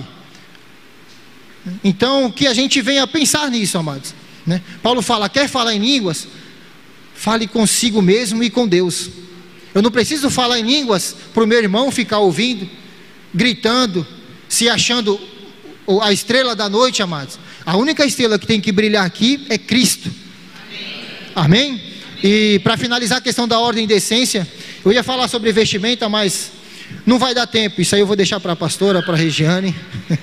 Então, que a gente venha pensar nisso, amados, né? Paulo fala, quer falar em línguas? Fale consigo mesmo e com Deus. Eu não preciso falar em línguas para o meu irmão ficar ouvindo, gritando, se achando a estrela da noite, amados. A única estrela que tem que brilhar aqui é Cristo. Amém? Amém? E para finalizar a questão da ordem e decência, eu ia falar sobre vestimenta, mas não vai dar tempo. Isso aí eu vou deixar para a pastora, para a Regiane.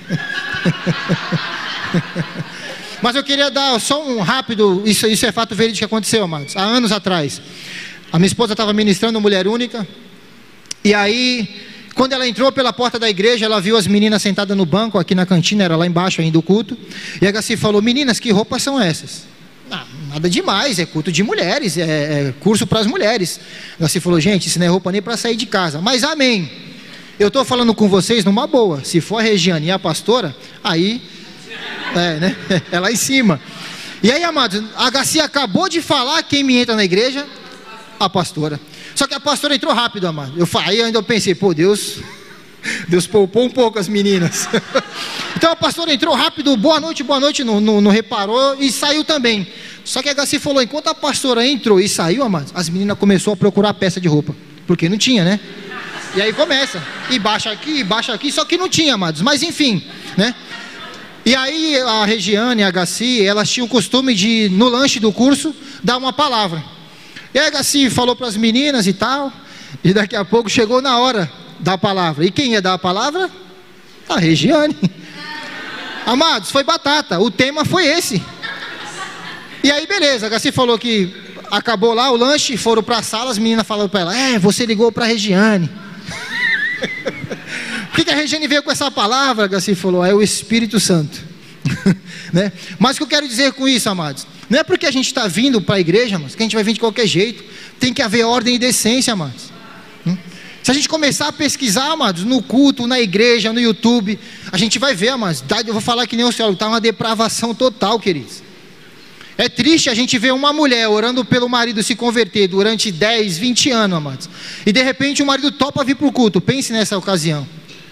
Mas eu queria dar só um rápido, isso, isso é fato verídico que aconteceu, amados. Há anos atrás, a minha esposa estava ministrando mulher única, e aí, quando ela entrou pela porta da igreja, ela viu as meninas sentadas no banco, aqui na cantina, era lá embaixo ainda o culto, e a Gaci falou, meninas, que roupas são essas? Ah, nada demais, é culto de mulheres, é, é curso para as mulheres. A Gaci falou, gente, isso não é roupa nem para sair de casa, mas amém, eu estou falando com vocês numa boa, se for a Regiane e a pastora, aí, é, né, é lá em cima. E aí, amados, a Gaci acabou de falar, quem me entra na igreja? A pastora. Só que a pastora entrou rápido, amado. Eu, aí ainda eu pensei, pô, Deus, Deus poupou um pouco as meninas. Então a pastora entrou rápido, boa noite, boa noite, não, não, não reparou e saiu também. Só que a Gaci falou, enquanto a pastora entrou e saiu, amado, as meninas começaram a procurar peça de roupa, porque não tinha, né? E aí começa, e baixa aqui, e baixa aqui, só que não tinha, amados, mas enfim, né? E aí a Regiane e a Gaci, elas tinham o costume de, no lanche do curso, dar uma palavra. E aí a Gaci falou para as meninas e tal, e daqui a pouco chegou na hora da palavra. E quem ia dar a palavra? A Regiane. Amados, foi batata, o tema foi esse. E aí beleza, a Gaci falou que acabou lá o lanche, foram para a sala, as meninas falaram para ela, é, você ligou para a Regiane. Por que, que a Regiane veio com essa palavra? A Gaci falou, é o Espírito Santo. né? Mas o que eu quero dizer com isso, amados, não é porque a gente está vindo para a igreja, mas que a gente vai vir de qualquer jeito. Tem que haver ordem e decência, amados. Hum? Se a gente começar a pesquisar, amados, no culto, na igreja, no YouTube, a gente vai ver, amados, eu vou falar que nem o senhor, está uma depravação total, queridos. É triste a gente ver uma mulher orando pelo marido se converter durante dez, vinte anos, amados, e de repente o marido topa vir para o culto. Pense nessa ocasião.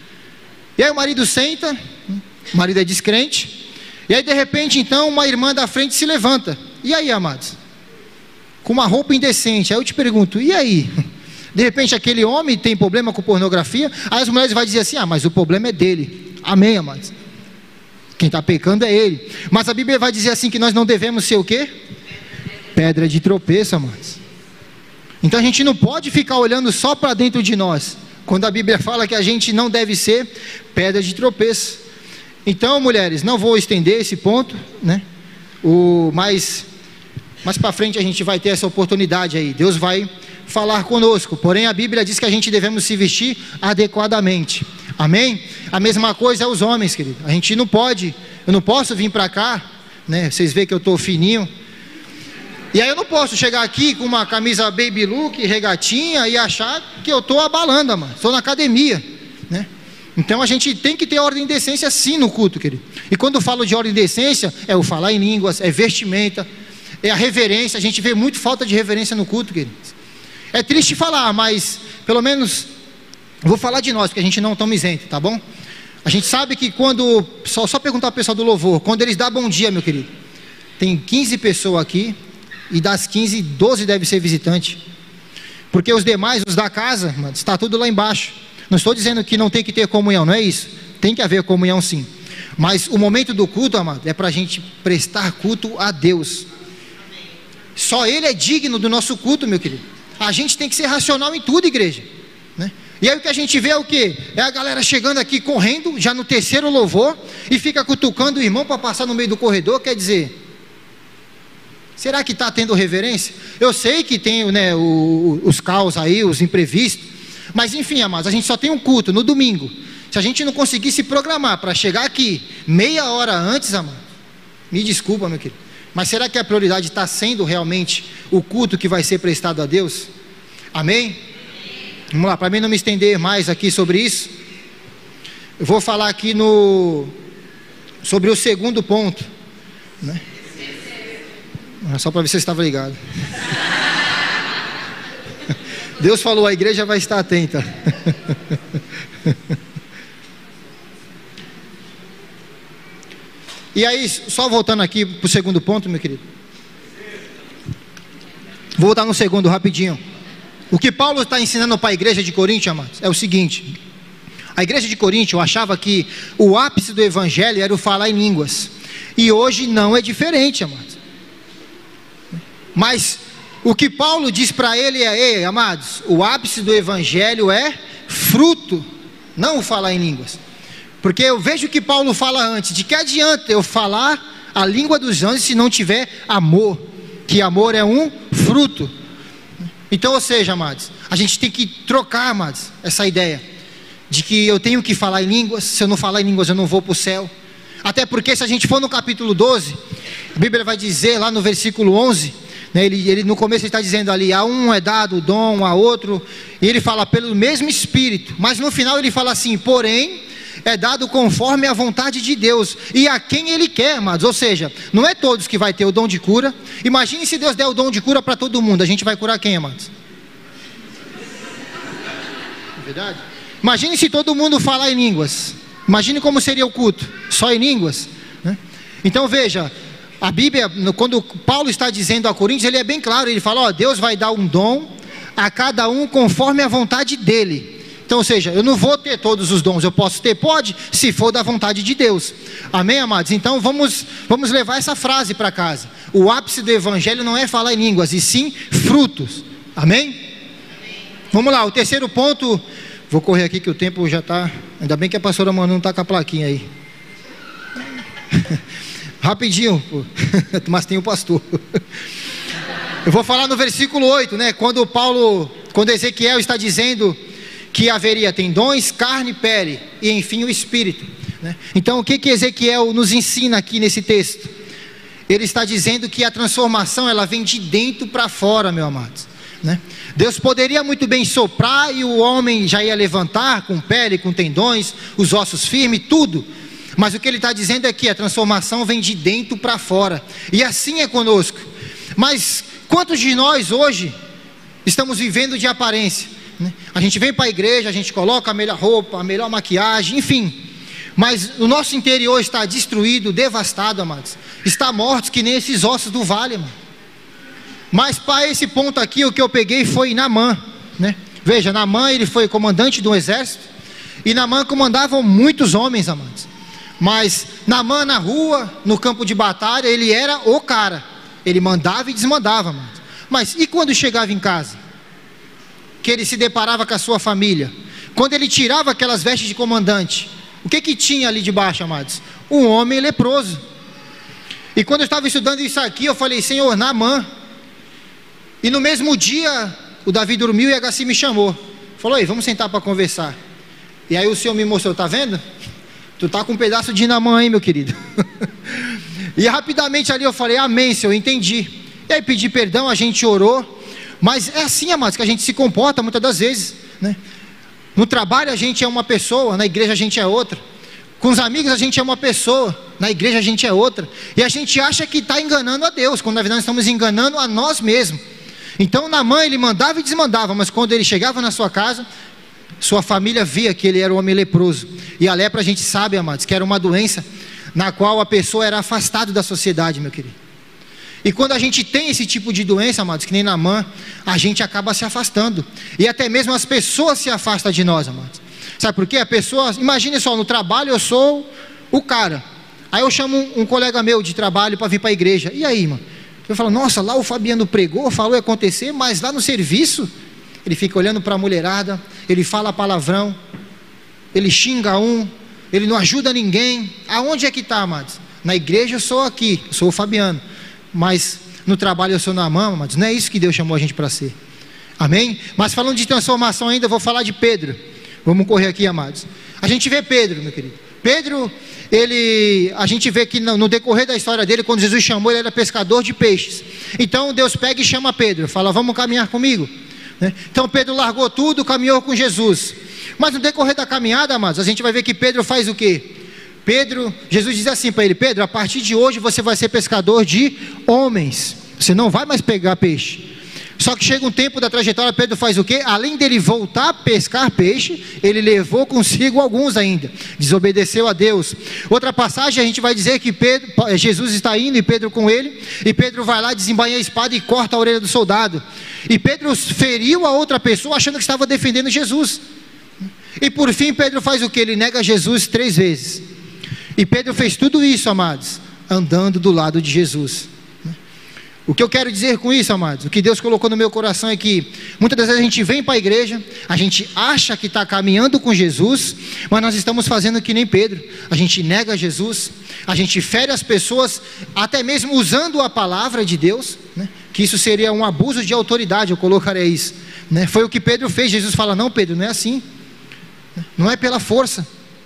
E aí o marido senta, o marido é descrente, e aí de repente então uma irmã da frente se levanta. E aí, amados? Com uma roupa indecente. Aí eu te pergunto, e aí? De repente aquele homem tem problema com pornografia, aí as mulheres vão dizer assim, ah, mas o problema é dele. Amém, amados? Quem está pecando é ele. Mas a Bíblia vai dizer assim que nós não devemos ser o quê? Pedra de tropeço, amados. Então a gente não pode ficar olhando só para dentro de nós, quando a Bíblia fala que a gente não deve ser pedra de tropeço. Então, mulheres, não vou estender esse ponto, né? O, mas, mais para frente a gente vai ter essa oportunidade aí. Deus vai falar conosco. Porém, a Bíblia diz que a gente devemos se vestir adequadamente. Amém? A mesma coisa é os homens, querido. A gente não pode, eu não posso vir para cá, né? Vocês veem que eu estou fininho. E aí eu não posso chegar aqui com uma camisa baby look, regatinha e achar que eu estou abalando, mano. Estou na academia, né? Então a gente tem que ter ordem e decência sim no culto, querido. E quando eu falo de ordem e decência, é o falar em línguas, é vestimenta, é a reverência. A gente vê muito falta de reverência no culto, querido. É triste falar, mas pelo menos eu vou falar de nós, porque a gente não estamos isento, tá bom? A gente sabe que quando, só, só perguntar ao pessoal do louvor, quando eles dão bom dia, meu querido, tem quinze pessoas aqui, e das quinze, doze deve ser visitante, porque os demais, os da casa, mano, está tudo lá embaixo. Não estou dizendo que não tem que ter comunhão, não é isso, tem que haver comunhão sim, mas o momento do culto, amado, é para a gente prestar culto a Deus. Só Ele é digno do nosso culto, meu querido. A gente tem que ser racional em tudo, igreja, né? E aí o que a gente vê é o que? É a galera chegando aqui correndo, já no terceiro louvor, e fica cutucando o irmão para passar no meio do corredor. Quer dizer, será que está tendo reverência? Eu sei que tem, né, o, os caos aí, os imprevistos, mas enfim, amados, a gente só tem um culto no domingo. Se a gente não conseguir se programar para chegar aqui meia hora antes, amado, me desculpa, meu querido, mas será que a prioridade está sendo realmente o culto que vai ser prestado a Deus? Amém? Vamos lá, para mim não me estender mais aqui sobre isso, eu vou falar aqui no, sobre o segundo ponto, né? Só para ver se você estava ligado. Deus falou, a igreja vai estar atenta. E aí, só voltando aqui para o segundo ponto, meu querido. Vou voltar no segundo, rapidinho. O que Paulo está ensinando para a igreja de Corinto, amados, é o seguinte. A igreja de Corinto achava que o ápice do evangelho era o falar em línguas. E hoje não é diferente, amados. Mas o que Paulo diz para ele é, ei, amados, o ápice do evangelho é fruto, não o falar em línguas. Porque eu vejo que Paulo fala antes, de que adianta eu falar a língua dos anjos se não tiver amor, que amor é um fruto. Então, ou seja, amados, a gente tem que trocar, amados, essa ideia de que eu tenho que falar em línguas. Se eu não falar em línguas eu não vou para o céu. Até porque se a gente for no capítulo doze, a Bíblia vai dizer lá no versículo onze, né, ele, ele no começo ele está dizendo ali, a um é dado o dom, a outro, e ele fala pelo mesmo Espírito, mas no final ele fala assim, porém é dado conforme a vontade de Deus, e a quem Ele quer, amados. Ou seja, não é todos que vai ter o dom de cura. Imagine se Deus der o dom de cura para todo mundo, a gente vai curar quem, amados? É verdade? Imagine se todo mundo falar em línguas, imagine como seria o culto, só em línguas, né? Então veja, a Bíblia, quando Paulo está dizendo a Coríntios, ele é bem claro, ele fala, ó, Deus vai dar um dom a cada um conforme a vontade dele. Então, ou seja, eu não vou ter todos os dons, eu posso ter, pode, se for da vontade de Deus. Amém, amados? Então vamos, vamos levar essa frase para casa. O ápice do evangelho não é falar em línguas, e sim frutos. Amém? Amém? Vamos lá, o terceiro ponto, vou correr aqui que o tempo já está, ainda bem que a pastora Manu não está com a plaquinha aí. Rapidinho, mas tem o pastor. Eu vou falar no versículo oito, né? Quando Paulo, quando Ezequiel está dizendo que haveria tendões, carne e pele, e enfim o Espírito. né? Então o que que Ezequiel nos ensina aqui nesse texto? Ele está dizendo que a transformação ela vem de dentro para fora, meu amado, né? Deus poderia muito bem soprar e o homem já ia levantar com pele, com tendões, os ossos firmes, tudo. Mas o que ele está dizendo é que a transformação vem de dentro para fora. E assim é conosco. Mas quantos de nós hoje estamos vivendo de aparência, né? A gente vem para a igreja, a gente coloca a melhor roupa, a melhor maquiagem, enfim. Mas o nosso interior está destruído, devastado, amados. Está morto que nem esses ossos do vale, mano. Mas para esse ponto aqui, o que eu peguei foi Naamã, né? Veja, Naamã ele foi comandante de um exército. E Naamã comandava muitos homens, amados. Mas Naamã na rua, no campo de batalha, ele era o cara. Ele mandava e desmandava, amados. Mas e quando chegava em casa? Que ele se deparava com a sua família? Quando ele tirava aquelas vestes de comandante, o que que tinha ali debaixo, amados? Um homem leproso. E quando eu estava estudando isso aqui, eu falei, Senhor, Naamã. E no mesmo dia, o Davi dormiu e a Gaci me chamou. Falou, ei, vamos sentar para conversar. E aí o Senhor me mostrou, tá vendo? Tu tá com um pedaço de Naamã aí, meu querido. E rapidamente ali eu falei, amém, Senhor, entendi. E aí pedi perdão, a gente orou. Mas é assim, amados, que a gente se comporta muitas das vezes, né? No trabalho a gente é uma pessoa, na igreja a gente é outra. Com os amigos a gente é uma pessoa, na igreja a gente é outra. E a gente acha que está enganando a Deus, quando na verdade estamos enganando a nós mesmos. Então Naamã ele mandava e desmandava, mas quando ele chegava na sua casa, sua família via que ele era um homem leproso. E a lepra a gente sabe, amados, que era uma doença na qual a pessoa era afastada da sociedade, meu querido. E quando a gente tem esse tipo de doença, amados, que nem Naamã, a gente acaba se afastando. E até mesmo as pessoas se afastam de nós, amados. Sabe por quê? A pessoa, imagine só, no trabalho eu sou o cara. Aí eu chamo um, um colega meu de trabalho para vir para a igreja. E aí, mano? Eu falo, nossa, lá o Fabiano pregou, falou ia acontecer, mas lá no serviço, ele fica olhando para a mulherada, ele fala palavrão, ele xinga um, ele não ajuda ninguém. Aonde é que está, amados? Na igreja eu sou aqui, eu sou o Fabiano. Mas no trabalho eu sou Naamã, amados. Não é isso que Deus chamou a gente para ser. Amém? Mas falando de transformação ainda, eu vou falar de Pedro. Vamos correr aqui, amados. A gente vê Pedro, meu querido. Pedro, ele, a gente vê que no, no decorrer da história dele, quando Jesus chamou, ele era pescador de peixes. Então Deus pega e chama Pedro, fala, vamos caminhar comigo, né? Então Pedro largou tudo, caminhou com Jesus. Mas no decorrer da caminhada, amados, a gente vai ver que Pedro faz o quê? Pedro, Jesus diz assim para ele, Pedro, a partir de hoje você vai ser pescador de homens, você não vai mais pegar peixe. Só que chega um tempo da trajetória, Pedro faz o quê? Além dele voltar a pescar peixe, ele levou consigo alguns ainda, desobedeceu a Deus. Outra passagem a gente vai dizer que Pedro, Jesus está indo e Pedro com ele, e Pedro vai lá, desembainha a espada e corta a orelha do soldado. E Pedro feriu a outra pessoa achando que estava defendendo Jesus. E por fim Pedro faz o quê? Ele nega Jesus três vezes. E Pedro fez tudo isso, amados, andando do lado de Jesus. O que eu quero dizer com isso, amados, o que Deus colocou no meu coração é que muitas das vezes a gente vem para a igreja, a gente acha que está caminhando com Jesus, mas nós estamos fazendo que nem Pedro. A gente nega Jesus, a gente fere as pessoas, até mesmo usando a palavra de Deus, né? Que isso seria um abuso de autoridade, eu colocaria isso, né? Foi o que Pedro fez. Jesus fala, não Pedro, não é assim, não é pela força,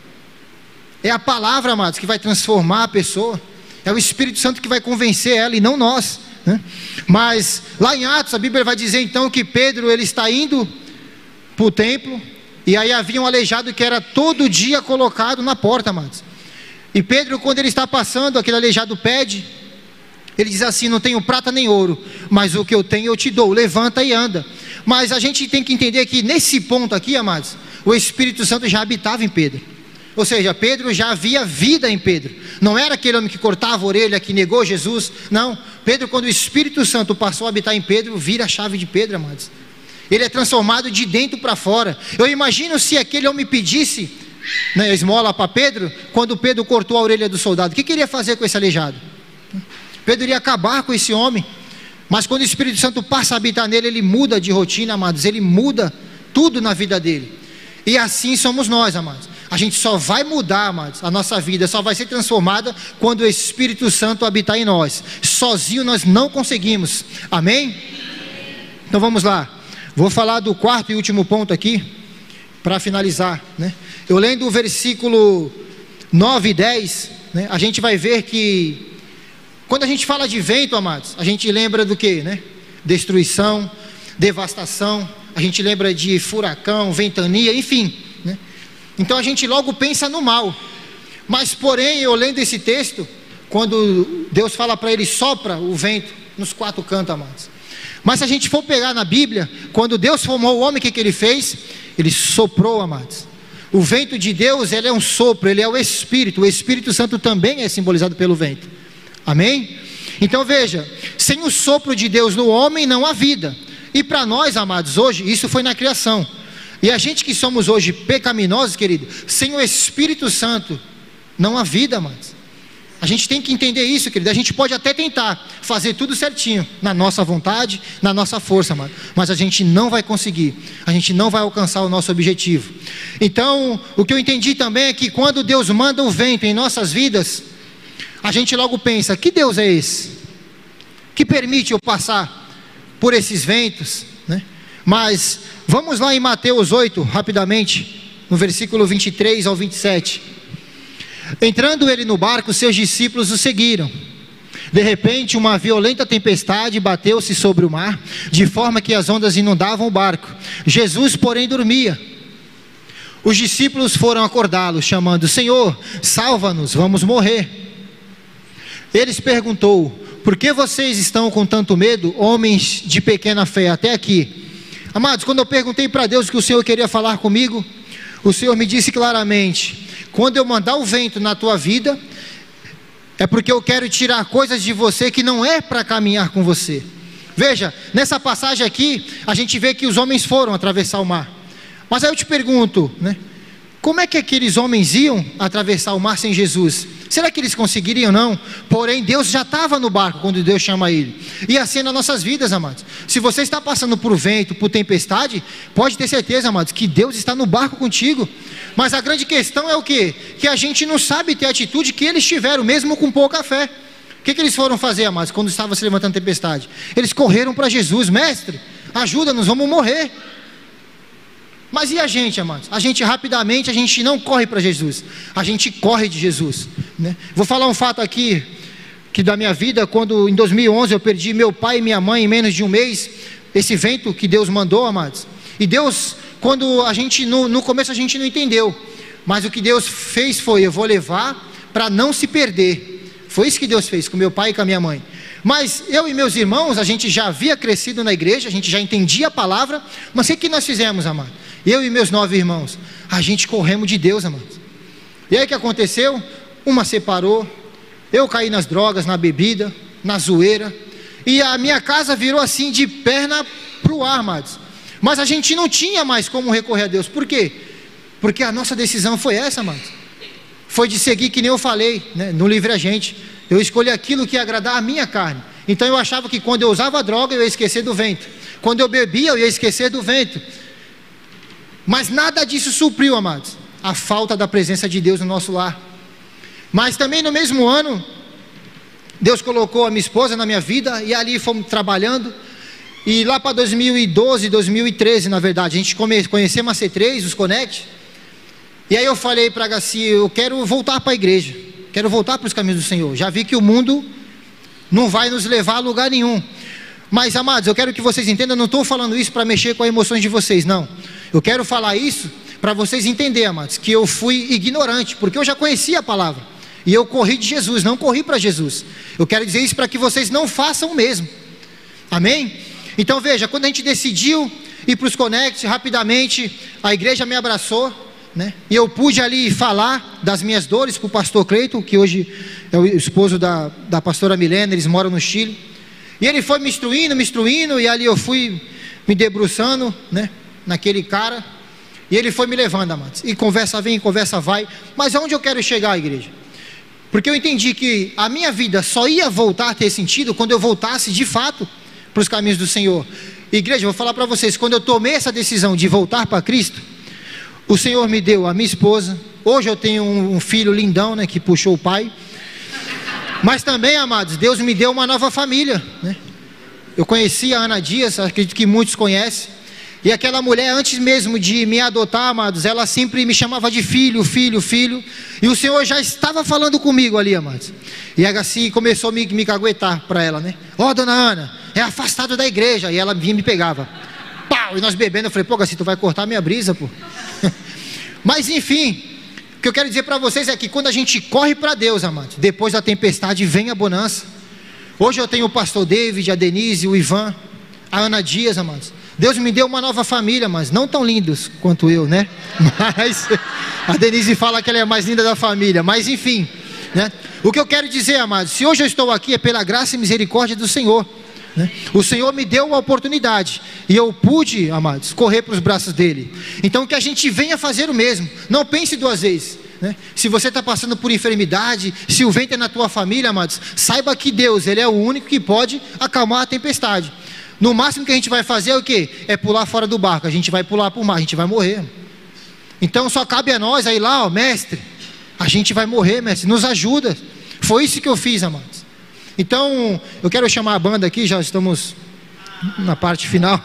é a palavra, amados, que vai transformar a pessoa, é o Espírito Santo que vai convencer ela e não nós, né? Mas lá em Atos a Bíblia vai dizer então que Pedro ele está indo para o templo, e aí havia um aleijado que era todo dia colocado na porta, amados. E Pedro, quando ele está passando, aquele aleijado pede, ele diz assim, não tenho prata nem ouro, mas o que eu tenho eu te dou, levanta e anda. Mas a gente tem que entender que nesse ponto aqui, amados, o Espírito Santo já habitava em Pedro. Ou seja, Pedro já havia vida em Pedro. Não era aquele homem que cortava a orelha, que negou Jesus. Não, Pedro, quando o Espírito Santo passou a habitar em Pedro, vira a chave de Pedro, amados. Ele é transformado de dentro para fora. Eu imagino se aquele homem pedisse, né, esmola para Pedro, quando Pedro cortou a orelha do soldado. O que queria fazer com esse aleijado? Pedro iria acabar com esse homem. Mas quando o Espírito Santo passa a habitar nele, ele muda de rotina, amados. Ele muda tudo na vida dele. E assim somos nós, amados. A gente só vai mudar, amados, a nossa vida só vai ser transformada quando o Espírito Santo habitar em nós. Sozinho nós não conseguimos. Amém? Então vamos lá. Vou falar do quarto e último ponto aqui, para finalizar, né? Eu lendo o versículo nove e dez, né, a gente vai ver que quando a gente fala de vento, amados, a gente lembra do que, né? Destruição, devastação, a gente lembra de furacão, ventania, enfim, né? Então a gente logo pensa no mal. Mas porém, eu lendo esse texto, quando Deus fala para ele, sopra o vento nos quatro cantos, amados. Mas se a gente for pegar na Bíblia, quando Deus formou o homem, o que, que ele fez? Ele soprou, amados. O vento de Deus, ele é um sopro, ele é o Espírito. O Espírito Santo também é simbolizado pelo vento. Amém? Então veja, sem o sopro de Deus no homem não há vida. E para nós, amados, hoje, isso foi na criação. E a gente que somos hoje pecaminosos, querido, sem o Espírito Santo não há vida, amados. A gente tem que entender isso, querido. A gente pode até tentar fazer tudo certinho, na nossa vontade, na nossa força, amado, mas a gente não vai conseguir. A gente não vai alcançar o nosso objetivo. Então, o que eu entendi também é que quando Deus manda o vento em nossas vidas, a gente logo pensa, que Deus é esse? Que permite eu passar por esses ventos, né? Mas, vamos lá em Mateus oito, rapidamente, no versículo vinte e três ao vinte e sete. Entrando ele no barco, seus discípulos o seguiram. De repente, uma violenta tempestade bateu-se sobre o mar, de forma que as ondas inundavam o barco. Jesus, porém, dormia. Os discípulos foram acordá-lo, chamando, Senhor, salva-nos, vamos morrer. Eles perguntou, por que vocês estão com tanto medo, homens de pequena fé, até aqui? Amados, quando eu perguntei para Deus o que o Senhor queria falar comigo, o Senhor me disse claramente, quando eu mandar o vento na tua vida, é porque eu quero tirar coisas de você que não é para caminhar com você. Veja, nessa passagem aqui, a gente vê que os homens foram atravessar o mar. Mas aí eu te pergunto, né? Como é que aqueles homens iam atravessar o mar sem Jesus? Será que eles conseguiriam? Não. Porém, Deus já estava no barco quando Deus chama ele. E assim é nas nossas vidas, amados. Se você está passando por vento, por tempestade, pode ter certeza, amados, que Deus está no barco contigo. Mas a grande questão é o quê? Que a gente não sabe ter a atitude que eles tiveram, mesmo com pouca fé. O que, que eles foram fazer, amados, quando estava se levantando a tempestade? Eles correram para Jesus, mestre, ajuda-nos, vamos morrer. Mas e a gente, amados? A gente rapidamente, a gente não corre para Jesus, a gente corre de Jesus, né? Vou falar um fato aqui, que da minha vida, quando em dois mil e onze eu perdi meu pai e minha mãe em menos de um mês, esse vento que Deus mandou, amados, e Deus, quando a gente, no, no começo a gente não entendeu, mas o que Deus fez foi, eu vou levar para não se perder, foi isso que Deus fez com meu pai e com a minha mãe. Mas eu e meus irmãos, a gente já havia crescido na igreja, a gente já entendia a palavra, mas o que, que nós fizemos, amado? Eu e meus nove irmãos, a gente corremos de Deus, amados. E aí o que aconteceu? Uma separou, eu caí nas drogas, na bebida, na zoeira, e a minha casa virou assim de perna para o ar, amados. Mas a gente não tinha mais como recorrer a Deus. Por quê? Porque a nossa decisão foi essa, amados. Foi de seguir, que nem eu falei, né, no Livre a Gente. Eu escolhi aquilo que ia agradar a minha carne. Então eu achava que quando eu usava droga eu ia esquecer do vento, quando eu bebia eu ia esquecer do vento. Mas nada disso supriu, amados, a falta da presença de Deus no nosso lar. Mas também no mesmo ano, Deus colocou a minha esposa na minha vida, e ali fomos trabalhando, e lá para dois mil e doze, dois mil e treze, na verdade, a gente conheceu a C três, os Connect, e aí eu falei para a Gaci, eu quero voltar para a igreja, quero voltar para os caminhos do Senhor, já vi que o mundo não vai nos levar a lugar nenhum. Mas, amados, eu quero que vocês entendam, eu não estou falando isso para mexer com as emoções de vocês, não. Eu quero falar isso para vocês entenderem, amados, que eu fui ignorante, porque eu já conhecia a palavra, e eu corri de Jesus, não corri para Jesus. Eu quero dizer isso para que vocês não façam o mesmo. Amém? Então veja, quando a gente decidiu ir para os Connect, rapidamente a igreja me abraçou, né? E eu pude ali falar das minhas dores para o pastor Cleiton, que hoje é o esposo da, da pastora Milena, eles moram no Chile, e ele foi me instruindo, me instruindo, e ali eu fui me debruçando, né, naquele cara, e ele foi me levando, amados, e conversa vem, conversa vai. Mas aonde eu quero chegar, igreja? Porque eu entendi que a minha vida só ia voltar a ter sentido quando eu voltasse de fato para os caminhos do Senhor. Igreja, eu vou falar para vocês, quando eu tomei essa decisão de voltar para Cristo, o Senhor me deu a minha esposa. Hoje eu tenho um, um filho lindão, né, que puxou o pai. Mas também, amados, Deus me deu uma nova família, né? Eu conheci a Ana Dias, acredito que muitos conhecem. E aquela mulher, antes mesmo de me adotar, amados, ela sempre me chamava de filho, filho, filho. E o Senhor já estava falando comigo ali, amados. E assim começou a me, me caguetar para ela, né? Ó, oh, dona Ana, é afastado da igreja. E ela vinha e me pegava. Pau! E nós bebendo, eu falei, pô, Gassi, tu vai cortar a minha brisa, pô. Mas enfim, o que eu quero dizer para vocês é que quando a gente corre para Deus, amados, depois da tempestade vem a bonança. Hoje eu tenho o pastor David, a Denise, o Ivan, a Ana Dias, amados. Deus me deu uma nova família, mas não tão lindos quanto eu, né? Mas a Denise fala que ela é a mais linda da família. Mas enfim, né? O que eu quero dizer, amados, se hoje eu estou aqui é pela graça e misericórdia do Senhor, né? O Senhor me deu a oportunidade e eu pude, amados, correr para os braços dele. Então que a gente venha fazer o mesmo. Não pense duas vezes, né? Se você está passando por enfermidade, se o vento é na tua família, amados, saiba que Deus, Ele é o único que pode acalmar a tempestade. No máximo que a gente vai fazer é o quê? É pular fora do barco. A gente vai pular para o mar, a gente vai morrer. Então só cabe a nós aí lá, ó, mestre, a gente vai morrer, mestre, nos ajuda. Foi isso que eu fiz, amados. Então eu quero chamar a banda aqui, já estamos na parte final.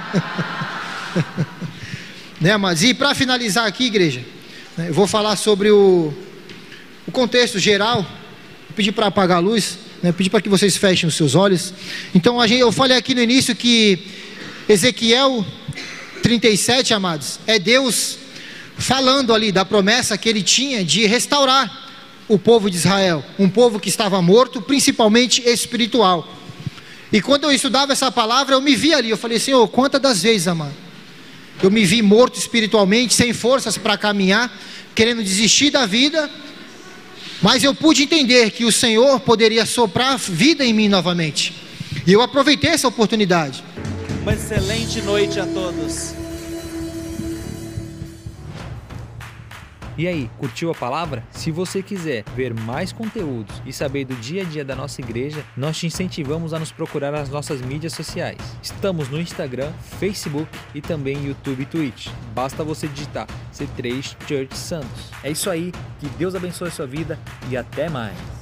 Né, amados? E para finalizar aqui, igreja, né, eu vou falar sobre o, o contexto geral. Vou pedir para apagar a luz. Eu pedi para que vocês fechem os seus olhos. Então a gente, eu falei aqui no início que Ezequiel trinta e sete, amados, é Deus falando ali da promessa que ele tinha de restaurar o povo de Israel, um povo que estava morto, principalmente espiritual. E quando eu estudava essa palavra, eu me vi ali, eu falei, Senhor, quantas das vezes, amado, eu me vi morto espiritualmente, sem forças para caminhar, querendo desistir da vida. Mas eu pude entender que o Senhor poderia soprar vida em mim novamente. E eu aproveitei essa oportunidade. Uma excelente noite a todos. E aí, curtiu a palavra? Se você quiser ver mais conteúdos e saber do dia a dia da nossa igreja, nós te incentivamos a nos procurar nas nossas mídias sociais. Estamos no Instagram, Facebook e também YouTube e Twitch. Basta você digitar C três Church Santos. É isso aí, que Deus abençoe a sua vida e até mais.